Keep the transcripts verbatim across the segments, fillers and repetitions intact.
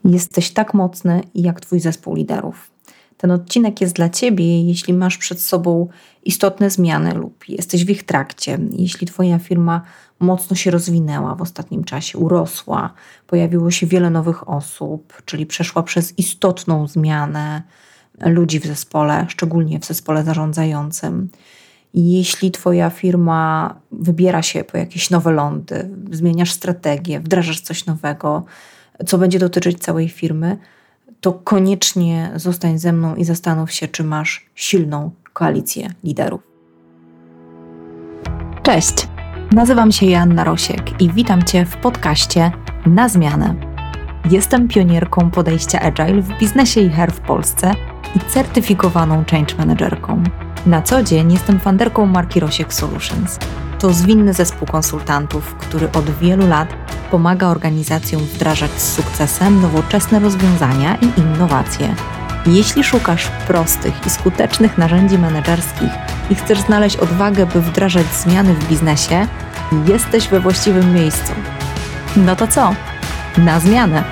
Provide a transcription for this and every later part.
Jesteś tak mocny jak Twój zespół liderów. Ten odcinek jest dla Ciebie, jeśli masz przed sobą istotne zmiany lub jesteś w ich trakcie, jeśli Twoja firma mocno się rozwinęła w ostatnim czasie, urosła, pojawiło się wiele nowych osób, czyli przeszła przez istotną zmianę ludzi w zespole, szczególnie w zespole zarządzającym. Jeśli Twoja firma wybiera się po jakieś nowe lądy, zmieniasz strategię, wdrażasz coś nowego, co będzie dotyczyć całej firmy, to koniecznie zostań ze mną i zastanów się, czy masz silną koalicję liderów. Cześć, nazywam się Joanna Rosiek i witam Cię w podcaście Na Zmianę. Jestem pionierką podejścia Agile w biznesie i H R w Polsce i certyfikowaną change managerką. Na co dzień jestem funderką marki Rosiek Solutions. To zwinny zespół konsultantów, który od wielu lat pomaga organizacjom wdrażać z sukcesem nowoczesne rozwiązania i innowacje. Jeśli szukasz prostych i skutecznych narzędzi menedżerskich i chcesz znaleźć odwagę, by wdrażać zmiany w biznesie, jesteś we właściwym miejscu. No to co? Na zmianę!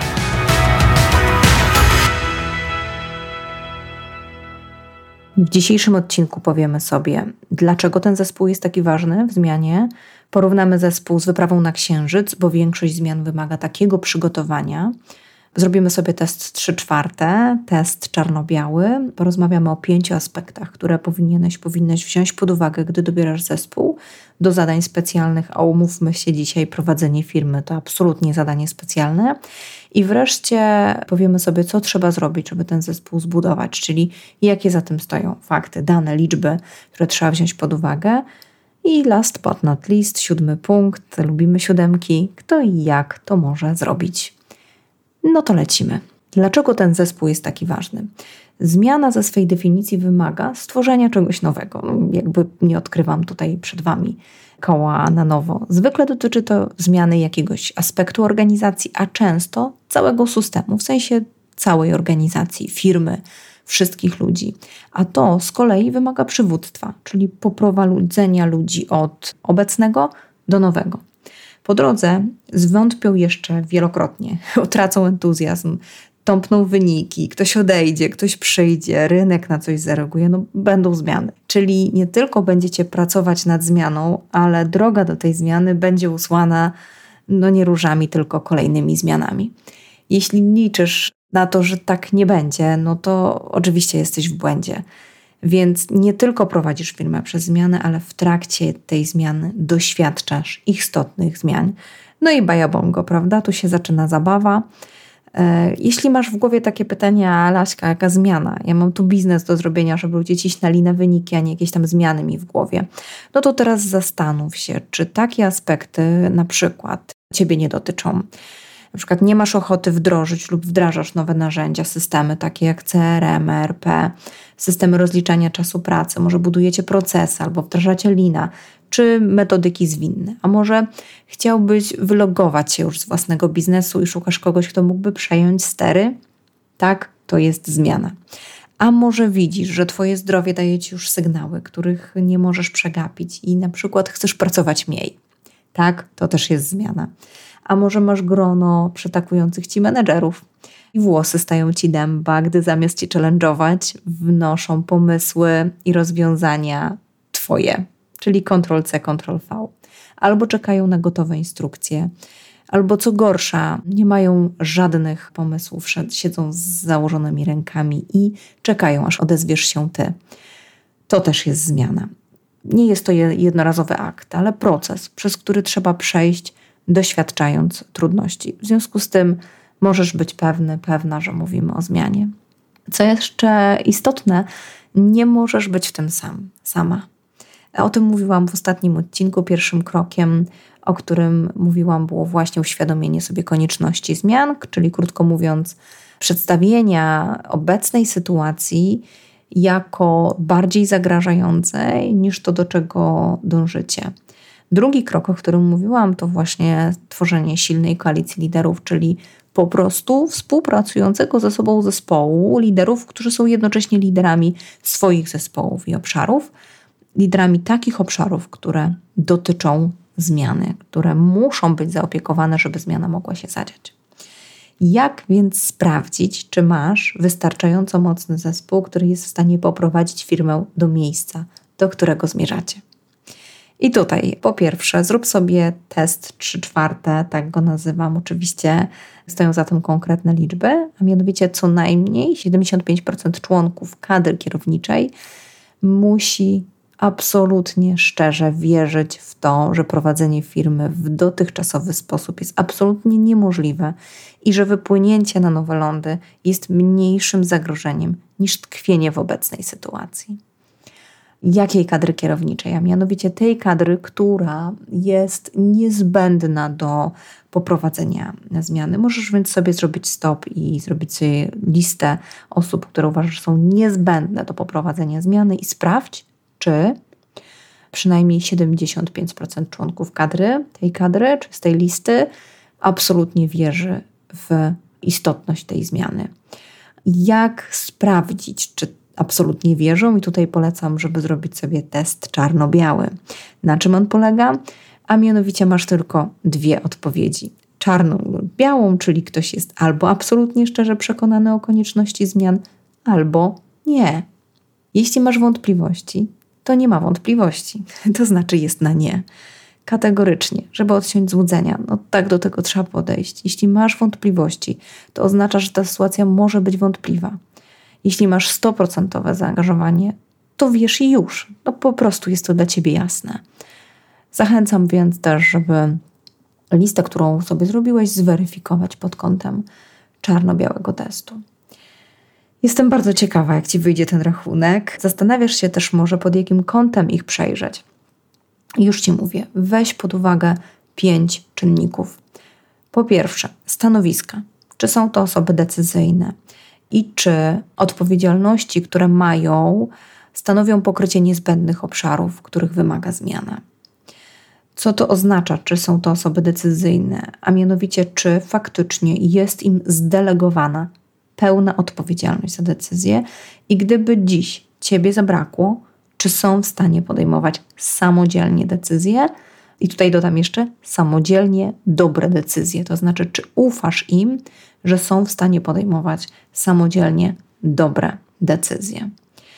W dzisiejszym odcinku powiemy sobie, dlaczego ten zespół jest taki ważny w zmianie. Porównamy zespół z wyprawą na Księżyc, bo większość zmian wymaga takiego przygotowania. Zrobimy sobie test trzy czwarte, test czarno-biały. Porozmawiamy o pięciu aspektach, które powinieneś, powinnaś wziąć pod uwagę, gdy dobierasz zespół do zadań specjalnych, a umówmy się dzisiaj, prowadzenie firmy to absolutnie zadanie specjalne. I wreszcie powiemy sobie, co trzeba zrobić, żeby ten zespół zbudować, czyli jakie za tym stoją fakty, dane, liczby, które trzeba wziąć pod uwagę. I last but not least, siódmy punkt, lubimy siódemki, kto i jak to może zrobić. No to lecimy. Dlaczego ten zespół jest taki ważny? Zmiana ze swej definicji wymaga stworzenia czegoś nowego. No, jakby nie odkrywam tutaj przed Wami koła na nowo. Zwykle dotyczy to zmiany jakiegoś aspektu organizacji, a często całego systemu, w sensie całej organizacji, firmy, wszystkich ludzi. A to z kolei wymaga przywództwa, czyli poprowadzenia ludzi od obecnego do nowego. Po drodze zwątpią jeszcze wielokrotnie, utracą entuzjazm, tąpną wyniki, ktoś odejdzie, ktoś przyjdzie, rynek na coś zareaguje, no będą zmiany. Czyli nie tylko będziecie pracować nad zmianą, ale droga do tej zmiany będzie usłana no nie różami, tylko kolejnymi zmianami. Jeśli liczysz na to, że tak nie będzie, no to oczywiście jesteś w błędzie. Więc nie tylko prowadzisz firmę przez zmianę, ale w trakcie tej zmiany doświadczasz istotnych zmian. No i bajabongo, prawda? Tu się zaczyna zabawa. Jeśli masz w głowie takie pytania, Laśka, jaka zmiana? Ja mam tu biznes do zrobienia, żeby ludzie ciśnęli na wyniki, a nie jakieś tam zmiany mi w głowie. No to teraz zastanów się, czy takie aspekty na przykład Ciebie nie dotyczą. Na przykład nie masz ochoty wdrożyć lub wdrażasz nowe narzędzia, systemy takie jak C R M, E R P, systemy rozliczania czasu pracy, może budujecie procesy albo wdrażacie Leana, czy metodyki zwinne. A może chciałbyś wylogować się już z własnego biznesu i szukasz kogoś, kto mógłby przejąć stery? Tak, to jest zmiana. A może widzisz, że Twoje zdrowie daje Ci już sygnały, których nie możesz przegapić i na przykład chcesz pracować mniej. Tak, to też jest zmiana. A może masz grono przytakujących Ci menedżerów i włosy stają Ci dęba, gdy zamiast Cię challenge'ować, wnoszą pomysły i rozwiązania Twoje, czyli kontrol C, kontrol V. Albo czekają na gotowe instrukcje, albo co gorsza, nie mają żadnych pomysłów, siedzą z założonymi rękami i czekają, aż odezwiesz się Ty. To też jest zmiana. Nie jest to jednorazowy akt, ale proces, przez który trzeba przejść, doświadczając trudności. W związku z tym możesz być pewny, pewna, że mówimy o zmianie. Co jeszcze istotne, nie możesz być w tym sam, sama. O tym mówiłam w ostatnim odcinku. Pierwszym krokiem, o którym mówiłam, było właśnie uświadomienie sobie konieczności zmian, czyli krótko mówiąc, przedstawienia obecnej sytuacji jako bardziej zagrażającej niż to, do czego dążycie. Drugi krok, o którym mówiłam, to właśnie tworzenie silnej koalicji liderów, czyli po prostu współpracującego ze sobą zespołu liderów, którzy są jednocześnie liderami swoich zespołów i obszarów, liderami takich obszarów, które dotyczą zmiany, które muszą być zaopiekowane, żeby zmiana mogła się zadziać. Jak więc sprawdzić, czy masz wystarczająco mocny zespół, który jest w stanie poprowadzić firmę do miejsca, do którego zmierzacie? I tutaj po pierwsze zrób sobie test trzy czwarte, tak go nazywam. Oczywiście stoją za tym konkretne liczby, a mianowicie co najmniej siedemdziesiąt pięć procent członków kadry kierowniczej musi absolutnie szczerze wierzyć w to, że prowadzenie firmy w dotychczasowy sposób jest absolutnie niemożliwe i że wypłynięcie na nowe lądy jest mniejszym zagrożeniem niż tkwienie w obecnej sytuacji. Jakiej kadry kierowniczej? A mianowicie tej kadry, która jest niezbędna do poprowadzenia zmiany. Możesz więc sobie zrobić stop i zrobić sobie listę osób, które uważasz są niezbędne do poprowadzenia zmiany i sprawdź, czy przynajmniej siedemdziesiąt pięć procent członków kadry, tej kadry, czy z tej listy absolutnie wierzy w istotność tej zmiany. Jak sprawdzić, czy absolutnie wierzą? I tutaj polecam, żeby zrobić sobie test czarno-biały. Na czym on polega? A mianowicie masz tylko dwie odpowiedzi. Czarną lub białą, czyli ktoś jest albo absolutnie szczerze przekonany o konieczności zmian, albo nie. Jeśli masz wątpliwości, to nie ma wątpliwości. To znaczy jest na nie. Kategorycznie, żeby odciąć złudzenia. No tak do tego trzeba podejść. Jeśli masz wątpliwości, to oznacza, że ta sytuacja może być wątpliwa. Jeśli masz sto procent zaangażowanie, to wiesz i już. No po prostu jest to dla ciebie jasne. Zachęcam więc też, żeby listę, którą sobie zrobiłeś, zweryfikować pod kątem czarno-białego testu. Jestem bardzo ciekawa, jak ci wyjdzie ten rachunek. Zastanawiasz się też może, pod jakim kątem ich przejrzeć. Już ci mówię, weź pod uwagę pięć czynników. Po pierwsze, stanowiska. Czy są to osoby decyzyjne? I czy odpowiedzialności, które mają, stanowią pokrycie niezbędnych obszarów, których wymaga zmiana. Co to oznacza, czy są to osoby decyzyjne, a mianowicie czy faktycznie jest im zdelegowana pełna odpowiedzialność za decyzję i gdyby dziś ciebie zabrakło, czy są w stanie podejmować samodzielnie decyzje i tutaj dodam jeszcze samodzielnie dobre decyzje, to znaczy czy ufasz im, że są w stanie podejmować samodzielnie dobre decyzje.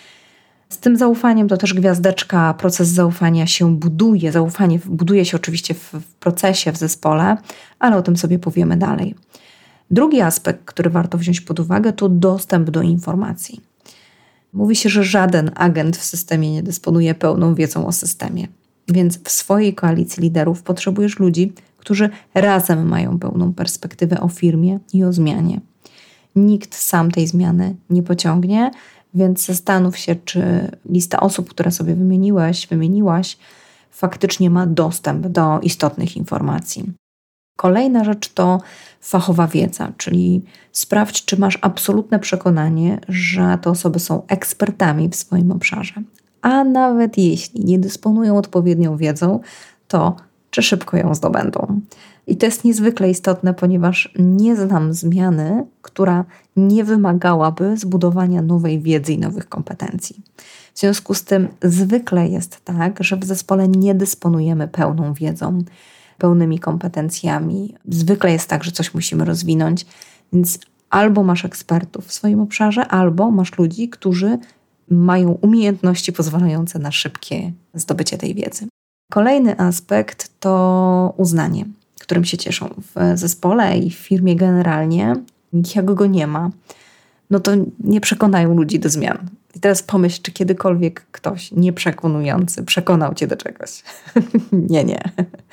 Z tym zaufaniem to też gwiazdeczka, proces zaufania się buduje. Zaufanie buduje się oczywiście w, w procesie, w zespole, ale o tym sobie powiemy dalej. Drugi aspekt, który warto wziąć pod uwagę, to dostęp do informacji. Mówi się, że żaden agent w systemie nie dysponuje pełną wiedzą o systemie. Więc w swojej koalicji liderów potrzebujesz ludzi, którzy razem mają pełną perspektywę o firmie i o zmianie. Nikt sam tej zmiany nie pociągnie, więc zastanów się, czy lista osób, które sobie wymieniłeś, wymieniłaś, faktycznie ma dostęp do istotnych informacji. Kolejna rzecz to fachowa wiedza, czyli sprawdź, czy masz absolutne przekonanie, że te osoby są ekspertami w swoim obszarze. A nawet jeśli nie dysponują odpowiednią wiedzą, to czy szybko ją zdobędą. I to jest niezwykle istotne, ponieważ nie znam zmiany, która nie wymagałaby zbudowania nowej wiedzy i nowych kompetencji. W związku z tym zwykle jest tak, że w zespole nie dysponujemy pełną wiedzą, pełnymi kompetencjami. Zwykle jest tak, że coś musimy rozwinąć, więc albo masz ekspertów w swoim obszarze, albo masz ludzi, którzy mają umiejętności pozwalające na szybkie zdobycie tej wiedzy. Kolejny aspekt to uznanie, którym się cieszą w zespole i w firmie generalnie. Jak go nie ma, no to nie przekonają ludzi do zmian. I teraz pomyśl, czy kiedykolwiek ktoś nieprzekonujący przekonał cię do czegoś. nie, nie.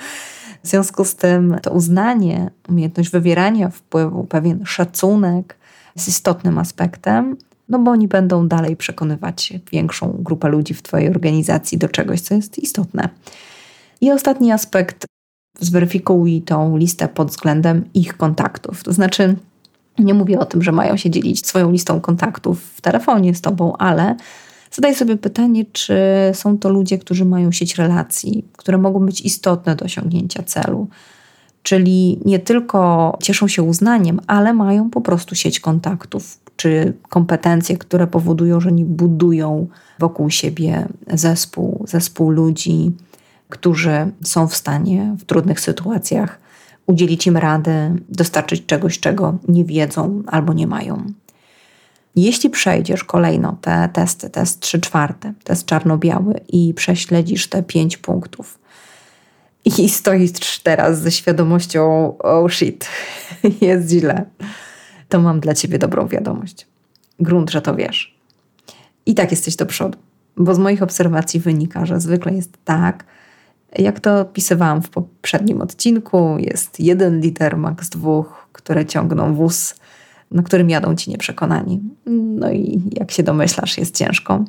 W związku z tym to uznanie, umiejętność wywierania wpływu, pewien szacunek jest istotnym aspektem, no bo oni będą dalej przekonywać większą grupę ludzi w twojej organizacji do czegoś, co jest istotne. I ostatni aspekt, zweryfikuj tą listę pod względem ich kontaktów. To znaczy, nie mówię o tym, że mają się dzielić swoją listą kontaktów w telefonie z tobą, ale zadaj sobie pytanie, czy są to ludzie, którzy mają sieć relacji, które mogą być istotne do osiągnięcia celu. Czyli nie tylko cieszą się uznaniem, ale mają po prostu sieć kontaktów, czy kompetencje, które powodują, że oni budują wokół siebie zespół, zespół ludzi, którzy są w stanie w trudnych sytuacjach udzielić im rady, dostarczyć czegoś, czego nie wiedzą albo nie mają. Jeśli przejdziesz kolejno te testy, test trzy czwarte, test czarno-biały i prześledzisz te pięć punktów i stoisz teraz ze świadomością oh shit, jest źle, to mam dla ciebie dobrą wiadomość. Grunt, że to wiesz. I tak jesteś do przodu, bo z moich obserwacji wynika, że zwykle jest tak, jak to opisywałam w poprzednim odcinku, jest jeden lider, maks dwóch, które ciągną wóz, na którym jadą ci nieprzekonani. No i jak się domyślasz, jest ciężko.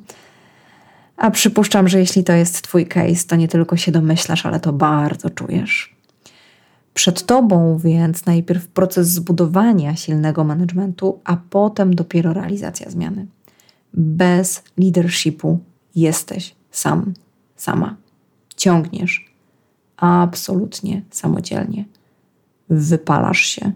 A przypuszczam, że jeśli to jest twój case, to nie tylko się domyślasz, ale to bardzo czujesz. Przed tobą więc najpierw proces zbudowania silnego managementu, a potem dopiero realizacja zmiany. Bez leadershipu jesteś sam, sama. Ciągniesz absolutnie samodzielnie. Wypalasz się.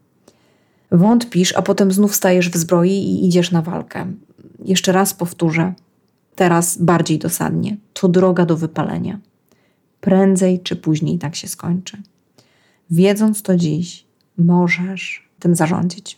Wątpisz, a potem znów stajesz w zbroi i idziesz na walkę. Jeszcze raz powtórzę, teraz bardziej dosadnie. To droga do wypalenia. Prędzej czy później tak się skończy. Wiedząc to dziś, możesz tym zarządzić.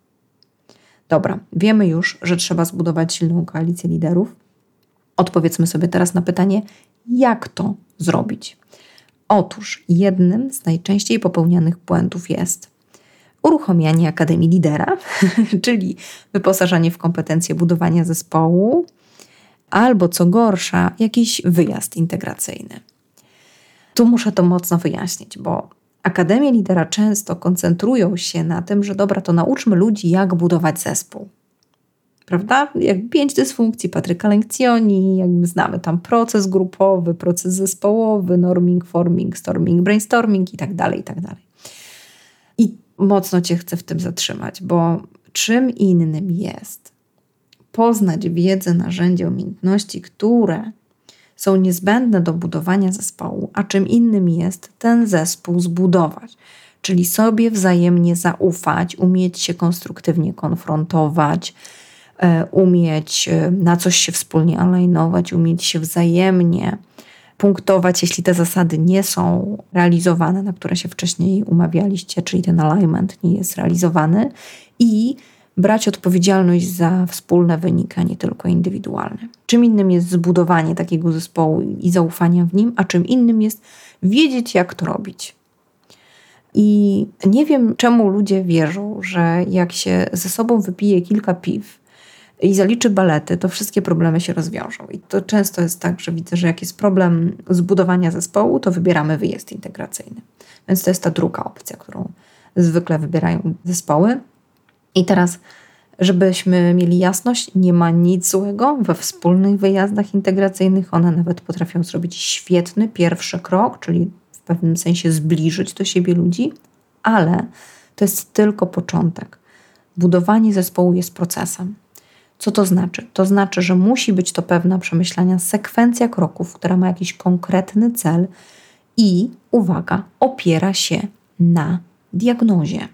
Dobra, wiemy już, że trzeba zbudować silną koalicję liderów. Odpowiedzmy sobie teraz na pytanie, jak to zrobić? Otóż jednym z najczęściej popełnianych błędów jest uruchomienie Akademii Lidera, czyli wyposażenie w kompetencje budowania zespołu, albo co gorsza, jakiś wyjazd integracyjny. Tu muszę to mocno wyjaśnić, bo Akademie Lidera często koncentrują się na tym, że dobra, to nauczmy ludzi, jak budować zespół. Prawda? Jak pięć dysfunkcji Patryka Lencioni, jakby znamy tam proces grupowy, proces zespołowy, norming, forming, storming, brainstorming i tak dalej, i tak dalej. I mocno cię chcę w tym zatrzymać, bo czym innym jest poznać wiedzę, narzędzia, umiejętności, które są niezbędne do budowania zespołu, a czym innym jest ten zespół zbudować. Czyli sobie wzajemnie zaufać, umieć się konstruktywnie konfrontować, umieć na coś się wspólnie alignować, umieć się wzajemnie punktować, jeśli te zasady nie są realizowane, na które się wcześniej umawialiście, czyli ten alignment nie jest realizowany i brać odpowiedzialność za wspólne wyniki, a nie tylko indywidualne. Czym innym jest zbudowanie takiego zespołu i zaufania w nim, a czym innym jest wiedzieć, jak to robić. I nie wiem, czemu ludzie wierzą, że jak się ze sobą wypije kilka piw i zaliczy balety, to wszystkie problemy się rozwiążą. I to często jest tak, że widzę, że jak jest problem zbudowania zespołu, to wybieramy wyjazd integracyjny. Więc to jest ta druga opcja, którą zwykle wybierają zespoły. I teraz, żebyśmy mieli jasność, nie ma nic złego we wspólnych wyjazdach integracyjnych. One nawet potrafią zrobić świetny pierwszy krok, czyli w pewnym sensie zbliżyć do siebie ludzi, ale to jest tylko początek. Budowanie zespołu jest procesem. Co to znaczy? To znaczy, że musi być to pewna przemyślania sekwencja kroków, która ma jakiś konkretny cel i, uwaga, opiera się na diagnozie.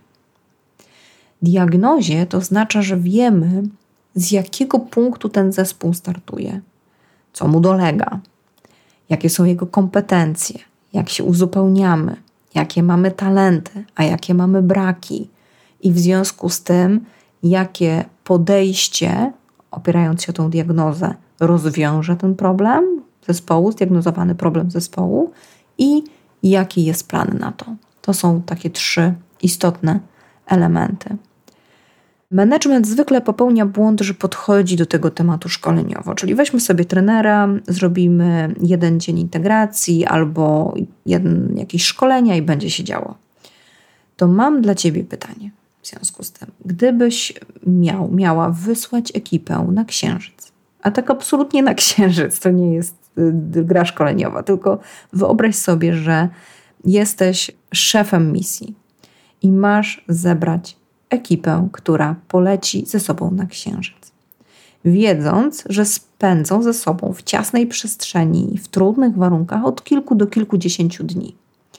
Diagnozie to oznacza, że wiemy, z jakiego punktu ten zespół startuje, co mu dolega, jakie są jego kompetencje, jak się uzupełniamy, jakie mamy talenty, a jakie mamy braki i w związku z tym, jakie podejście, opierając się o tą diagnozę, rozwiąże ten problem zespołu, zdiagnozowany problem zespołu i jaki jest plan na to. To są takie trzy istotne elementy. Management zwykle popełnia błąd, że podchodzi do tego tematu szkoleniowo, czyli weźmy sobie trenera, zrobimy jeden dzień integracji albo jeden, jakieś szkolenia i będzie się działo. To mam dla ciebie pytanie w związku z tym. Gdybyś miał, miała wysłać ekipę na Księżyc, a tak absolutnie na Księżyc, to nie jest y, gra szkoleniowa, tylko wyobraź sobie, że jesteś szefem misji i masz zebrać ekipę, która poleci ze sobą na Księżyc. Wiedząc, że spędzą ze sobą w ciasnej przestrzeni i w trudnych warunkach od kilku do kilkudziesięciu dni.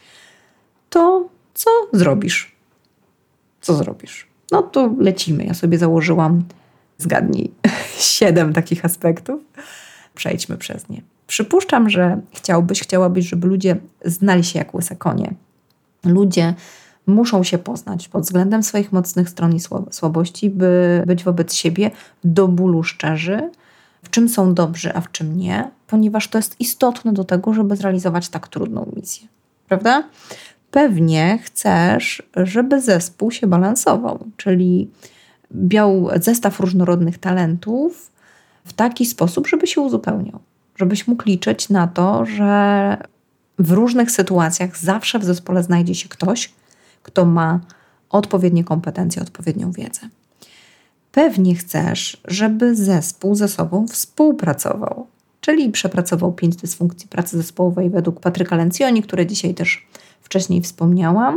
To co zrobisz? Co zrobisz? No to lecimy. Ja sobie założyłam, zgadnij, siedem takich aspektów. Przejdźmy przez nie. Przypuszczam, że chciałbyś, chciałabyś, żeby ludzie znali się jak łyse konie. Ludzie muszą się poznać pod względem swoich mocnych stron i słabości, by być wobec siebie do bólu szczerzy, w czym są dobrzy, a w czym nie, ponieważ to jest istotne do tego, żeby zrealizować tak trudną misję. Prawda? Pewnie chcesz, żeby zespół się balansował, czyli miał zestaw różnorodnych talentów w taki sposób, żeby się uzupełniał. Żebyś mógł liczyć na to, że w różnych sytuacjach zawsze w zespole znajdzie się ktoś, kto ma odpowiednie kompetencje, odpowiednią wiedzę. Pewnie chcesz, żeby zespół ze sobą współpracował, czyli przepracował pięć dysfunkcji pracy zespołowej według Patryka Lencioni, które dzisiaj też wcześniej wspomniałam,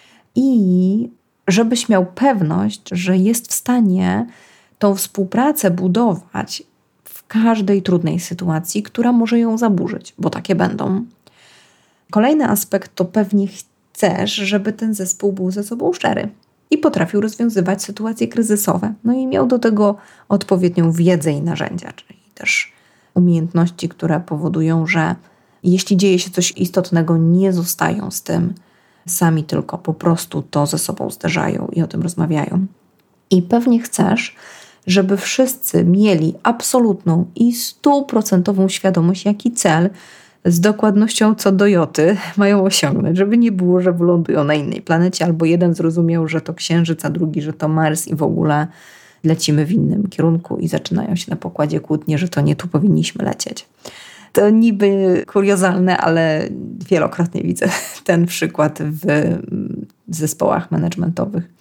i żebyś miał pewność, że jest w stanie tą współpracę budować w każdej trudnej sytuacji, która może ją zaburzyć, bo takie będą. Kolejny aspekt to pewnie chcesz, żeby ten zespół był ze sobą szczery i potrafił rozwiązywać sytuacje kryzysowe. No i miał do tego odpowiednią wiedzę i narzędzia, czyli też umiejętności, które powodują, że jeśli dzieje się coś istotnego, nie zostają z tym sami, tylko po prostu to ze sobą zderzają i o tym rozmawiają. I pewnie chcesz, żeby wszyscy mieli absolutną i stuprocentową świadomość, jaki cel z dokładnością co do joty mają osiągnąć, żeby nie było, że wylądują na innej planecie, albo jeden zrozumiał, że to Księżyc, a drugi, że to Mars i w ogóle lecimy w innym kierunku i zaczynają się na pokładzie kłótnie, że to nie tu powinniśmy lecieć. To niby kuriozalne, ale wielokrotnie widzę ten przykład w zespołach managementowych.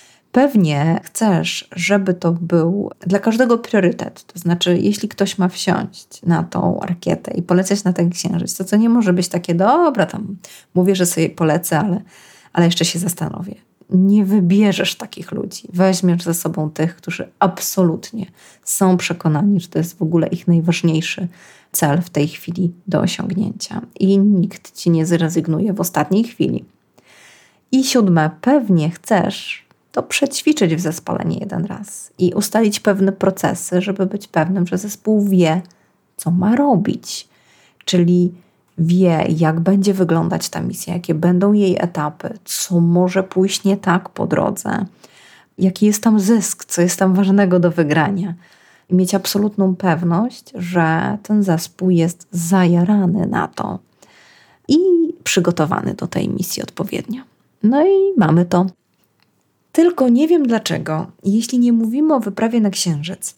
Pewnie chcesz, żeby to był dla każdego priorytet. To znaczy, jeśli ktoś ma wsiąść na tą rakietę i polecieć na ten księżyc, to co nie może być takie, dobra, tam mówię, że sobie polecę, ale, ale jeszcze się zastanowię. Nie wybierzesz takich ludzi. Weźmiesz ze sobą tych, którzy absolutnie są przekonani, że to jest w ogóle ich najważniejszy cel w tej chwili do osiągnięcia. I nikt ci nie zrezygnuje w ostatniej chwili. I siódme, pewnie chcesz to przećwiczyć w zespole nie jeden raz i ustalić pewne procesy, żeby być pewnym, że zespół wie, co ma robić. Czyli wie, jak będzie wyglądać ta misja, jakie będą jej etapy, co może pójść nie tak po drodze, jaki jest tam zysk, co jest tam ważnego do wygrania. I mieć absolutną pewność, że ten zespół jest zajarany na to i przygotowany do tej misji odpowiednio. No i mamy to. Tylko nie wiem dlaczego, jeśli nie mówimy o wyprawie na Księżyc,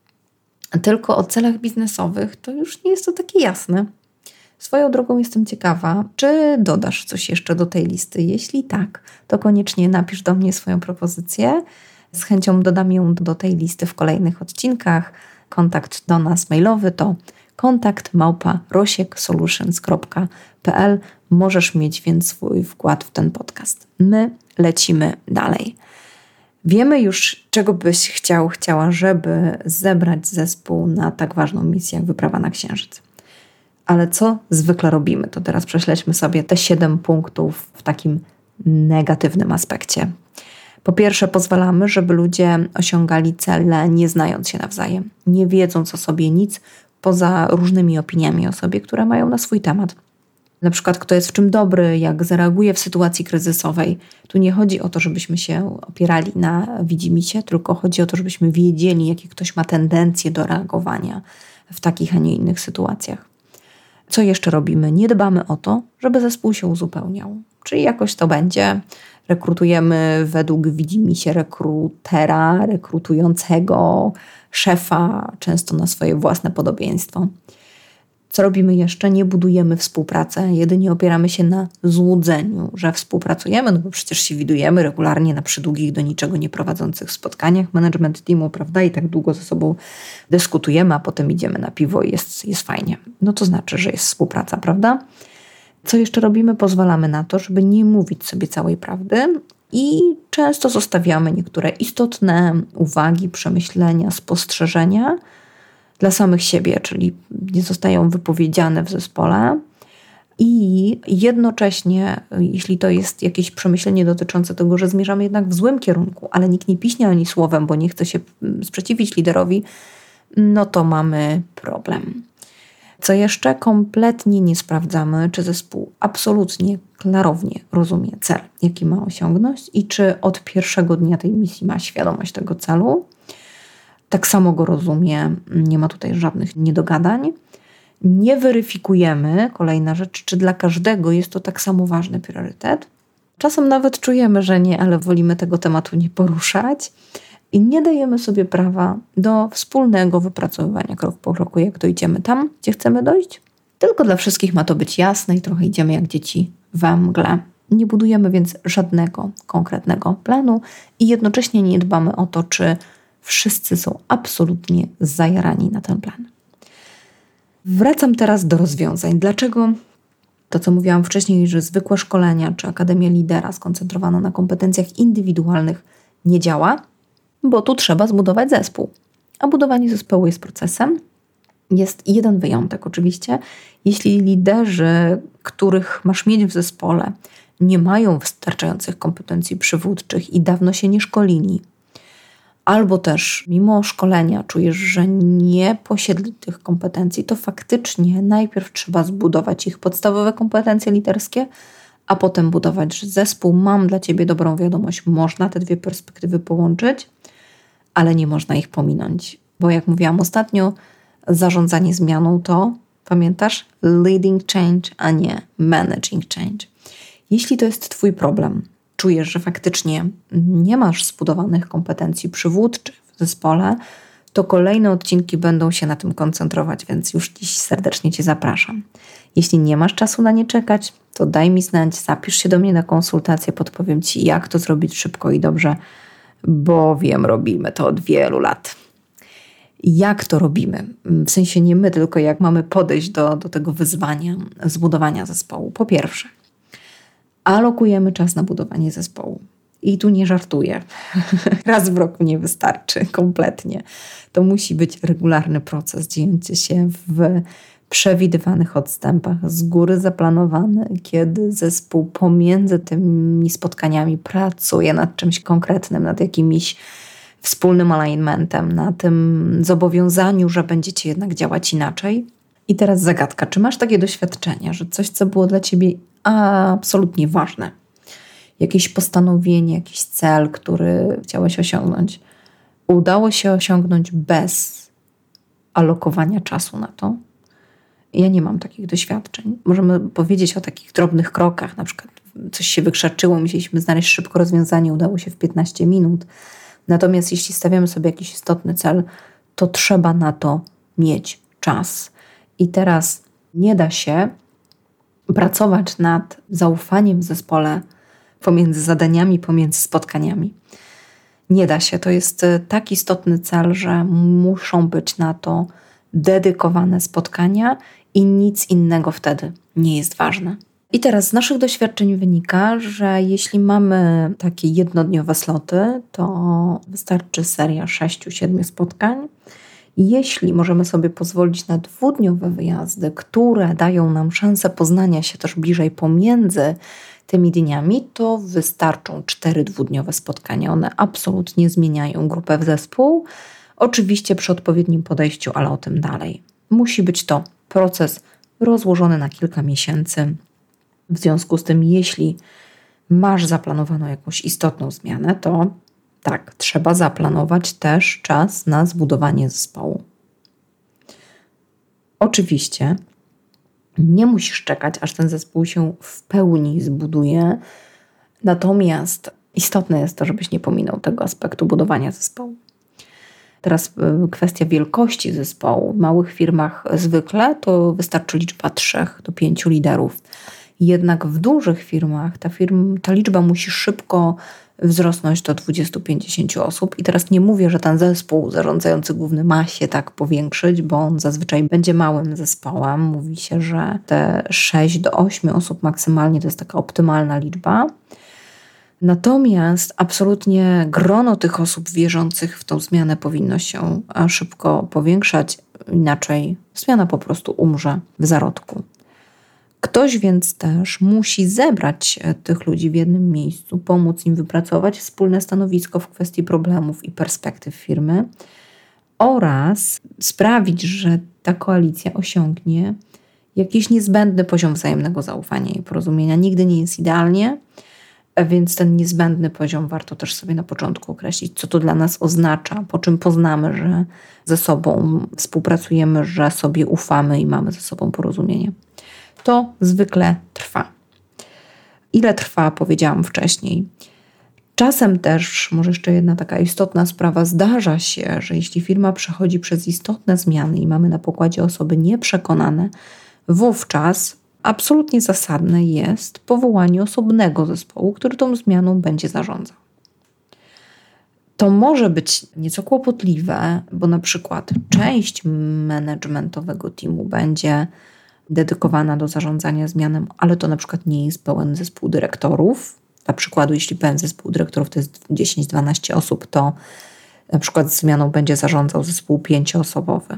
tylko o celach biznesowych, to już nie jest to takie jasne. Swoją drogą jestem ciekawa, czy dodasz coś jeszcze do tej listy. Jeśli tak, to koniecznie napisz do mnie swoją propozycję. Z chęcią dodam ją do tej listy w kolejnych odcinkach. Kontakt do nas mailowy to kontakt małpa rosiek solutions kropka p l. Możesz mieć więc swój wkład w ten podcast. My lecimy dalej. Wiemy już, czego byś chciał, chciała, żeby zebrać zespół na tak ważną misję jak wyprawa na Księżyc. Ale co zwykle robimy? To teraz prześledźmy sobie te siedem punktów w takim negatywnym aspekcie. Po pierwsze, pozwalamy, żeby ludzie osiągali cele nie znając się nawzajem, nie wiedząc o sobie nic poza różnymi opiniami o sobie, które mają na swój temat. Na przykład kto jest w czym dobry, jak zareaguje w sytuacji kryzysowej. Tu nie chodzi o to, żebyśmy się opierali na widzimisię, tylko chodzi o to, żebyśmy wiedzieli, jakie ktoś ma tendencje do reagowania w takich, a nie innych sytuacjach. Co jeszcze robimy? Nie dbamy o to, żeby zespół się uzupełniał. Czyli jakoś to będzie. Rekrutujemy według widzimisię rekrutera, rekrutującego, szefa, często na swoje własne podobieństwo. Co robimy jeszcze? Nie budujemy współpracy, jedynie opieramy się na złudzeniu, że współpracujemy, no bo przecież się widujemy regularnie na przydługich, do niczego nie prowadzących spotkaniach management teamu, prawda? I tak długo ze sobą dyskutujemy, a potem idziemy na piwo i jest, jest fajnie. No to znaczy, że jest współpraca, prawda? Co jeszcze robimy? Pozwalamy na to, żeby nie mówić sobie całej prawdy i często zostawiamy niektóre istotne uwagi, przemyślenia, spostrzeżenia dla samych siebie, czyli nie zostają wypowiedziane w zespole i jednocześnie, jeśli to jest jakieś przemyślenie dotyczące tego, że zmierzamy jednak w złym kierunku, ale nikt nie piśnie ani słowem, bo nie chce się sprzeciwić liderowi, no to mamy problem. Co jeszcze? Kompletnie nie sprawdzamy, czy zespół absolutnie, klarownie rozumie cel, jaki ma osiągnąć i czy od pierwszego dnia tej misji ma świadomość tego celu. Tak samo go rozumie, nie ma tutaj żadnych niedogadań. Nie weryfikujemy, kolejna rzecz, czy dla każdego jest to tak samo ważny priorytet. Czasem nawet czujemy, że nie, ale wolimy tego tematu nie poruszać i nie dajemy sobie prawa do wspólnego wypracowywania krok po kroku, jak dojdziemy tam, gdzie chcemy dojść. Tylko dla wszystkich ma to być jasne i trochę idziemy jak dzieci we mgle. Nie budujemy więc żadnego konkretnego planu i jednocześnie nie dbamy o to, czy wszyscy są absolutnie zajarani na ten plan. Wracam teraz do rozwiązań. Dlaczego to, co mówiłam wcześniej, że zwykłe szkolenia czy Akademia Lidera skoncentrowana na kompetencjach indywidualnych nie działa? Bo tu trzeba zbudować zespół. A budowanie zespołu jest procesem. Jest jeden wyjątek oczywiście. Jeśli liderzy, których masz mieć w zespole, nie mają wystarczających kompetencji przywódczych i dawno się nie szkolili, albo też mimo szkolenia czujesz, że nie posiedli tych kompetencji, to faktycznie najpierw trzeba zbudować ich podstawowe kompetencje liderskie, a potem budować zespół. Mam dla Ciebie dobrą wiadomość, można te dwie perspektywy połączyć, ale nie można ich pominąć. Bo jak mówiłam ostatnio, zarządzanie zmianą to, pamiętasz, leading change, a nie managing change. Jeśli to jest Twój problem, czujesz, że faktycznie nie masz zbudowanych kompetencji przywódczych w zespole, to kolejne odcinki będą się na tym koncentrować, więc już dziś serdecznie Cię zapraszam. Jeśli nie masz czasu na nie czekać, to daj mi znać, zapisz się do mnie na konsultację, podpowiem Ci, jak to zrobić szybko i dobrze, bo wiem, robimy to od wielu lat. Jak to robimy? W sensie nie my, tylko jak mamy podejść do, do tego wyzwania zbudowania zespołu. Po pierwsze, alokujemy czas na budowanie zespołu. I tu nie żartuję. Raz w roku nie wystarczy kompletnie. To musi być regularny proces, dziejący się w przewidywanych odstępach, z góry zaplanowany, kiedy zespół pomiędzy tymi spotkaniami pracuje nad czymś konkretnym, nad jakimś wspólnym alignmentem, na tym zobowiązaniu, że będziecie jednak działać inaczej. I teraz zagadka, czy masz takie doświadczenie, że coś, co było dla Ciebie absolutnie ważne, jakieś postanowienie, jakiś cel, który chciałeś osiągnąć, udało się osiągnąć bez alokowania czasu na to? Ja nie mam takich doświadczeń. Możemy powiedzieć o takich drobnych krokach, na przykład coś się wykrzaczyło, musieliśmy znaleźć szybko rozwiązanie, udało się w piętnaście minut. Natomiast jeśli stawiamy sobie jakiś istotny cel, to trzeba na to mieć czas. I teraz nie da się pracować nad zaufaniem w zespole pomiędzy zadaniami, pomiędzy spotkaniami. Nie da się. To jest tak istotny cel, że muszą być na to dedykowane spotkania i nic innego wtedy nie jest ważne. I teraz z naszych doświadczeń wynika, że jeśli mamy takie jednodniowe sloty, to wystarczy seria sześciu, siedmiu spotkań. Jeśli możemy sobie pozwolić na dwudniowe wyjazdy, które dają nam szansę poznania się też bliżej pomiędzy tymi dniami, to wystarczą cztery dwudniowe spotkania. One absolutnie zmieniają grupę w zespół. Oczywiście przy odpowiednim podejściu, ale o tym dalej. Musi być to proces rozłożony na kilka miesięcy. W związku z tym, jeśli masz zaplanowaną jakąś istotną zmianę, to tak, trzeba zaplanować też czas na zbudowanie zespołu. Oczywiście nie musisz czekać, aż ten zespół się w pełni zbuduje, natomiast istotne jest to, żebyś nie pominął tego aspektu budowania zespołu. Teraz kwestia wielkości zespołu. W małych firmach zwykle to wystarczy liczba trzech do pięciu liderów. Jednak w dużych firmach ta, firm, ta liczba musi szybko wzrosnąć do dwudziestu do pięćdziesięciu osób. I teraz nie mówię, że ten zespół zarządzający główny ma się tak powiększyć, bo on zazwyczaj będzie małym zespołem. Mówi się, że te sześć do ośmiu osób maksymalnie to jest taka optymalna liczba. Natomiast absolutnie grono tych osób wierzących w tą zmianę powinno się szybko powiększać, inaczej zmiana po prostu umrze w zarodku. Ktoś więc też musi zebrać tych ludzi w jednym miejscu, pomóc im wypracować wspólne stanowisko w kwestii problemów i perspektyw firmy oraz sprawić, że ta koalicja osiągnie jakiś niezbędny poziom wzajemnego zaufania i porozumienia. Nigdy nie jest idealnie, więc ten niezbędny poziom warto też sobie na początku określić, co to dla nas oznacza, po czym poznamy, że ze sobą współpracujemy, że sobie ufamy i mamy ze sobą porozumienie. To zwykle trwa. Ile trwa, powiedziałam wcześniej. Czasem też, może jeszcze jedna taka istotna sprawa, zdarza się, że jeśli firma przechodzi przez istotne zmiany i mamy na pokładzie osoby nieprzekonane, wówczas absolutnie zasadne jest powołanie osobnego zespołu, który tą zmianą będzie zarządzał. To może być nieco kłopotliwe, bo na przykład część managementowego teamu będzie dedykowana do zarządzania zmianą, ale to na przykład nie jest pełen zespół dyrektorów. Dla przykładu, jeśli pełen zespół dyrektorów to jest dziesięć dwanaście osób, to na przykład zmianą będzie zarządzał zespół pięcioosobowy.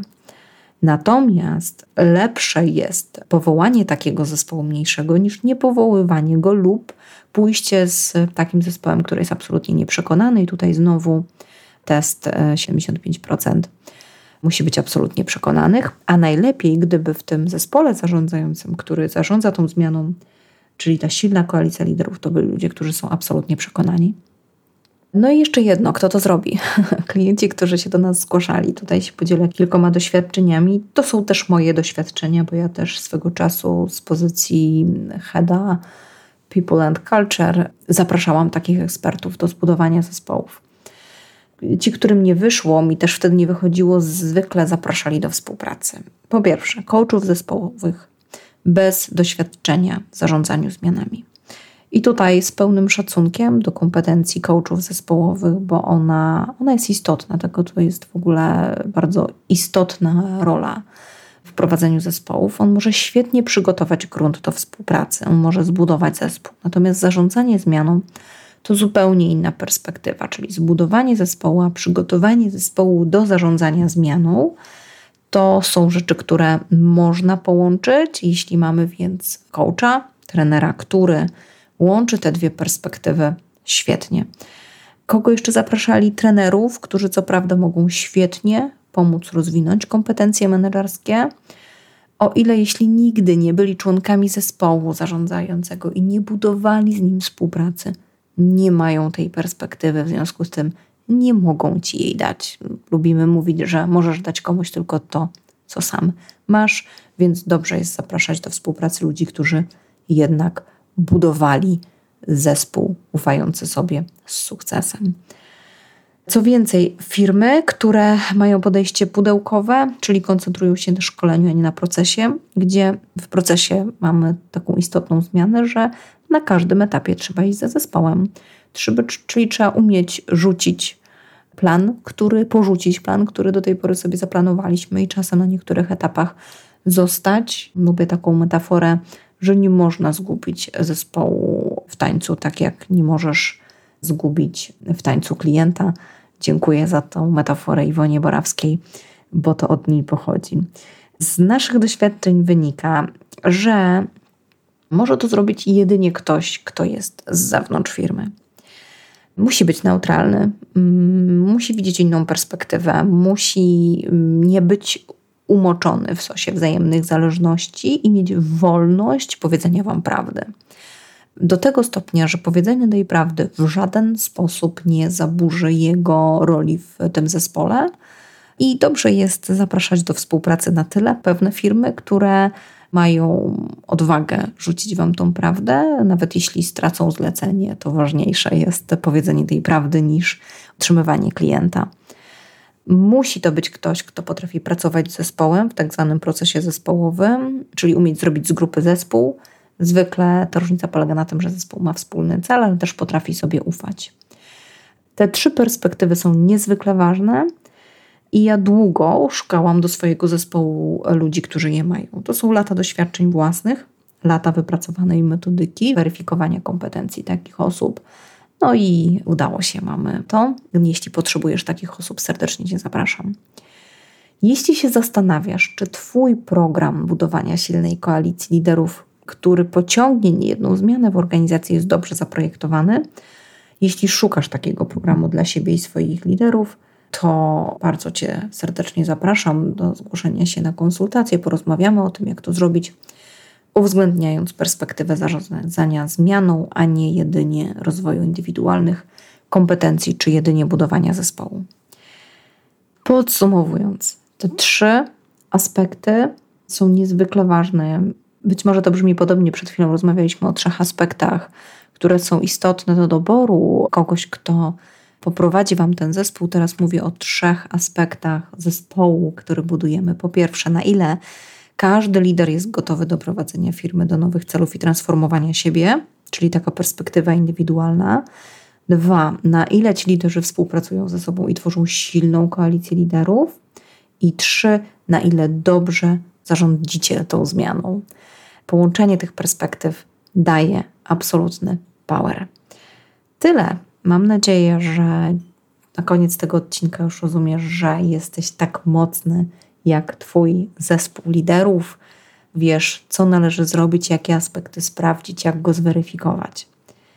Natomiast lepsze jest powołanie takiego zespołu mniejszego niż niepowoływanie go lub pójście z takim zespołem, który jest absolutnie nieprzekonany i tutaj znowu test siedemdziesiąt pięć procent musi być absolutnie przekonanych, a najlepiej gdyby w tym zespole zarządzającym, który zarządza tą zmianą, czyli ta silna koalicja liderów, to byli ludzie, którzy są absolutnie przekonani. No i jeszcze jedno, kto to zrobi? Klienci, którzy się do nas zgłaszali. Tutaj się podzielę kilkoma doświadczeniami. To są też moje doświadczenia, bo ja też swego czasu z pozycji heada People and Culture zapraszałam takich ekspertów do zbudowania zespołów. Ci, którym nie wyszło, mi też wtedy nie wychodziło, zwykle zapraszali do współpracy. Po pierwsze, coachów zespołowych bez doświadczenia w zarządzaniu zmianami. I tutaj z pełnym szacunkiem do kompetencji coachów zespołowych, bo ona, ona jest istotna, tego to jest w ogóle bardzo istotna rola w prowadzeniu zespołów. On może świetnie przygotować grunt do współpracy, on może zbudować zespół. Natomiast zarządzanie zmianą to zupełnie inna perspektywa, czyli zbudowanie zespołu, a przygotowanie zespołu do zarządzania zmianą to są rzeczy, które można połączyć, jeśli mamy więc coacha, trenera, który łączy te dwie perspektywy świetnie. Kogo jeszcze zapraszali? Trenerów, którzy co prawda mogą świetnie pomóc rozwinąć kompetencje menedżerskie, o ile jeśli nigdy nie byli członkami zespołu zarządzającego i nie budowali z nim współpracy, nie mają tej perspektywy, w związku z tym nie mogą ci jej dać. Lubimy mówić, że możesz dać komuś tylko to, co sam masz, więc dobrze jest zapraszać do współpracy ludzi, którzy jednak budowali zespół ufający sobie z sukcesem. Co więcej, firmy, które mają podejście pudełkowe, czyli koncentrują się na szkoleniu, a nie na procesie, gdzie w procesie mamy taką istotną zmianę, że na każdym etapie trzeba iść za zespołem. Czyli trzeba umieć rzucić plan, który, porzucić plan, który do tej pory sobie zaplanowaliśmy i czasem na niektórych etapach zostać. Lubię taką metaforę, że nie można zgubić zespołu w tańcu, tak jak nie możesz zgubić w tańcu klienta. Dziękuję za tą metaforę Iwonie Borawskiej, bo to od niej pochodzi. Z naszych doświadczeń wynika, że może to zrobić jedynie ktoś, kto jest z zewnątrz firmy. Musi być neutralny, musi widzieć inną perspektywę, musi nie być umoczony w sosie wzajemnych zależności i mieć wolność powiedzenia wam prawdy. Do tego stopnia, że powiedzenie tej prawdy w żaden sposób nie zaburzy jego roli w tym zespole i dobrze jest zapraszać do współpracy na tyle pewne firmy, które mają odwagę rzucić wam tą prawdę, nawet jeśli stracą zlecenie, to ważniejsze jest powiedzenie tej prawdy niż utrzymywanie klienta. Musi to być ktoś, kto potrafi pracować z zespołem w tak zwanym procesie zespołowym, czyli umieć zrobić z grupy zespół. Zwykle ta różnica polega na tym, że zespół ma wspólny cel, ale też potrafi sobie ufać. Te trzy perspektywy są niezwykle ważne i ja długo szukałam do swojego zespołu ludzi, którzy je mają. To są lata doświadczeń własnych, lata wypracowanej metodyki, weryfikowania kompetencji takich osób. No i udało się, mamy to. Jeśli potrzebujesz takich osób, serdecznie cię zapraszam. Jeśli się zastanawiasz, czy twój program budowania silnej koalicji liderów, który pociągnie niejedną zmianę w organizacji, jest dobrze zaprojektowany, jeśli szukasz takiego programu dla siebie i swoich liderów, to bardzo Cię serdecznie zapraszam do zgłoszenia się na konsultację. Porozmawiamy o tym, jak to zrobić, uwzględniając perspektywę zarządzania zmianą, a nie jedynie rozwoju indywidualnych kompetencji, czy jedynie budowania zespołu. Podsumowując, te trzy aspekty są niezwykle ważne. Być może to brzmi podobnie, przed chwilą rozmawialiśmy o trzech aspektach, które są istotne do doboru kogoś, kto poprowadzi Wam ten zespół. Teraz mówię o trzech aspektach zespołu, który budujemy. Po pierwsze, na ile każdy lider jest gotowy do prowadzenia firmy do nowych celów i transformowania siebie, czyli taka perspektywa indywidualna. Dwa, na ile ci liderzy współpracują ze sobą i tworzą silną koalicję liderów. I trzy, na ile dobrze zarządzicie tą zmianą. Połączenie tych perspektyw daje absolutny power. Tyle. Mam nadzieję, że na koniec tego odcinka już rozumiesz, że jesteś tak mocny jak Twój zespół liderów. Wiesz, co należy zrobić, jakie aspekty sprawdzić, jak go zweryfikować.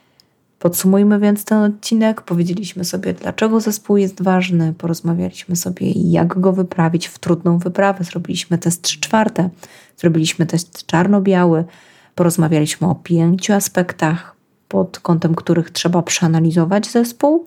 Podsumujmy więc ten odcinek. Powiedzieliśmy sobie, dlaczego zespół jest ważny. Porozmawialiśmy sobie, jak go wyprawić w trudną wyprawę. Zrobiliśmy test trzy czwarte. Zrobiliśmy test czarno-biały. Porozmawialiśmy o pięciu aspektach, pod kątem których trzeba przeanalizować zespół.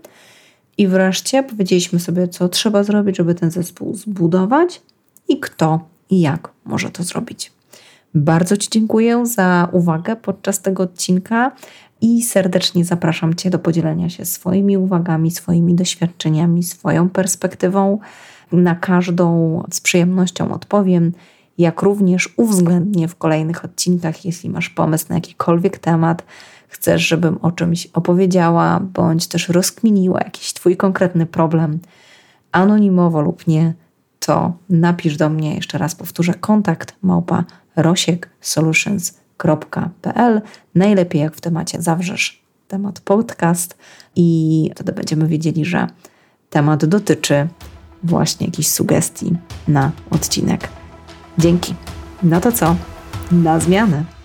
I wreszcie powiedzieliśmy sobie, co trzeba zrobić, żeby ten zespół zbudować i kto i jak może to zrobić. Bardzo Ci dziękuję za uwagę podczas tego odcinka i serdecznie zapraszam Cię do podzielenia się swoimi uwagami, swoimi doświadczeniami, swoją perspektywą. Na każdą z przyjemnością odpowiem, jak również uwzględnię w kolejnych odcinkach, jeśli masz pomysł na jakikolwiek temat, chcesz, żebym o czymś opowiedziała, bądź też rozkminiła jakiś Twój konkretny problem, anonimowo lub nie, to napisz do mnie, jeszcze raz powtórzę, kontakt małpa rosiek solutions kropka p l. Najlepiej jak w temacie zawrzesz temat podcast i wtedy będziemy wiedzieli, że temat dotyczy właśnie jakichś sugestii na odcinek. Dzięki. No to co? Na zmianę.